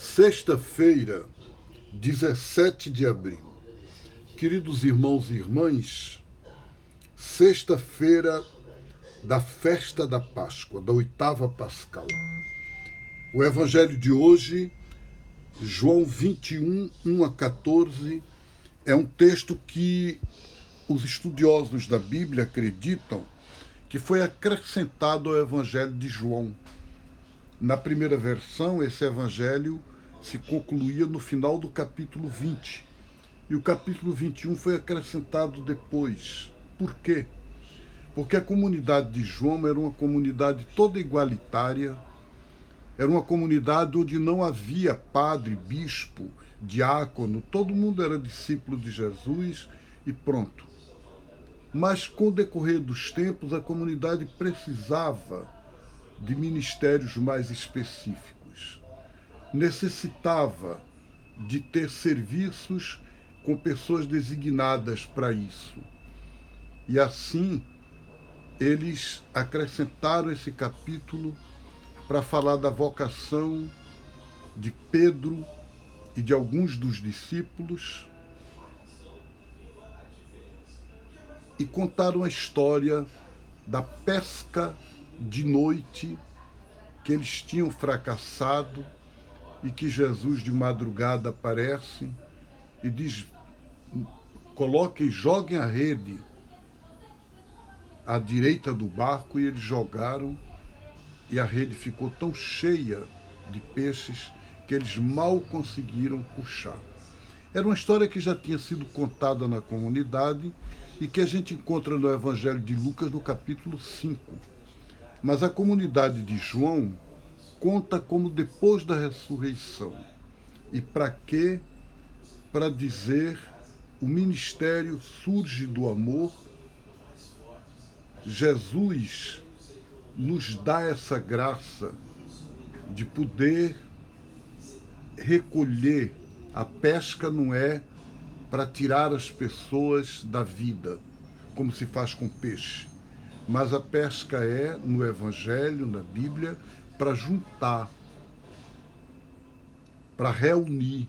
Sexta-feira, 17 de abril. Queridos irmãos e irmãs, sexta-feira da festa da Páscoa, da oitava pascal. O evangelho de hoje, João 21, 1 a 14, é um texto que os estudiosos da Bíblia acreditam que foi acrescentado ao evangelho de João. Na primeira versão, esse evangelho se concluía no final do capítulo 20. E o capítulo 21 foi acrescentado depois. Por quê? Porque a comunidade de João era uma comunidade toda igualitária, era uma comunidade onde não havia padre, bispo, diácono, todo mundo era discípulo de Jesus e pronto. Mas com o decorrer dos tempos, a comunidade precisava de ministérios mais específicos. Necessitava de ter serviços com pessoas designadas para isso. E assim, eles acrescentaram esse capítulo para falar da vocação de Pedro e de alguns dos discípulos e contaram a história da pesca de noite que eles tinham fracassado e que Jesus de madrugada aparece e diz: coloquem, joguem a rede à direita do barco, e eles jogaram e a rede ficou tão cheia de peixes que eles mal conseguiram puxar. Era uma história que já tinha sido contada na comunidade e que a gente encontra no Evangelho de Lucas, no capítulo 5. Mas a comunidade de João conta como depois da ressurreição. E para quê? Para dizer: o ministério surge do amor. Jesus nos dá essa graça de poder recolher. A pesca não é para tirar as pessoas da vida, como se faz com peixe. Mas a pesca é, no Evangelho, na Bíblia, para juntar, para reunir,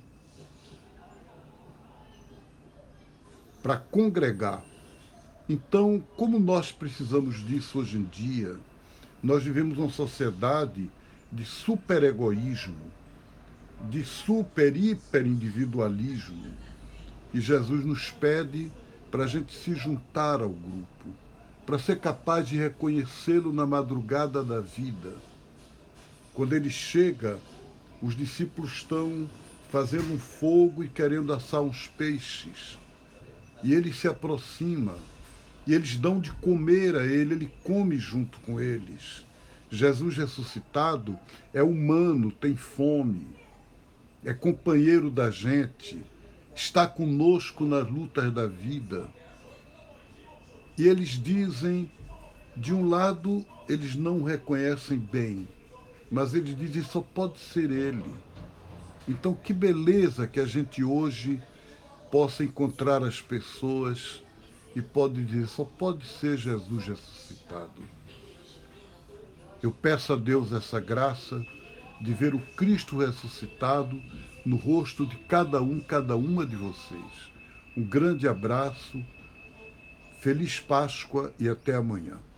para congregar. Então, como nós precisamos disso hoje em dia, nós vivemos uma sociedade de superegoísmo, de hiper individualismo. E Jesus nos pede para a gente se juntar ao grupo, para ser capaz de reconhecê-lo na madrugada da vida. Quando ele chega, os discípulos estão fazendo um fogo e querendo assar uns peixes. E ele se aproxima, e eles dão de comer a ele, ele come junto com eles. Jesus ressuscitado é humano, tem fome, é companheiro da gente, está conosco nas lutas da vida. E eles dizem, de um lado, eles não o reconhecem bem, mas eles dizem: só pode ser ele. Então, que beleza que a gente hoje possa encontrar as pessoas e pode dizer: só pode ser Jesus ressuscitado. Eu peço a Deus essa graça de ver o Cristo ressuscitado no rosto de cada uma de vocês. Um grande abraço, feliz Páscoa e até amanhã.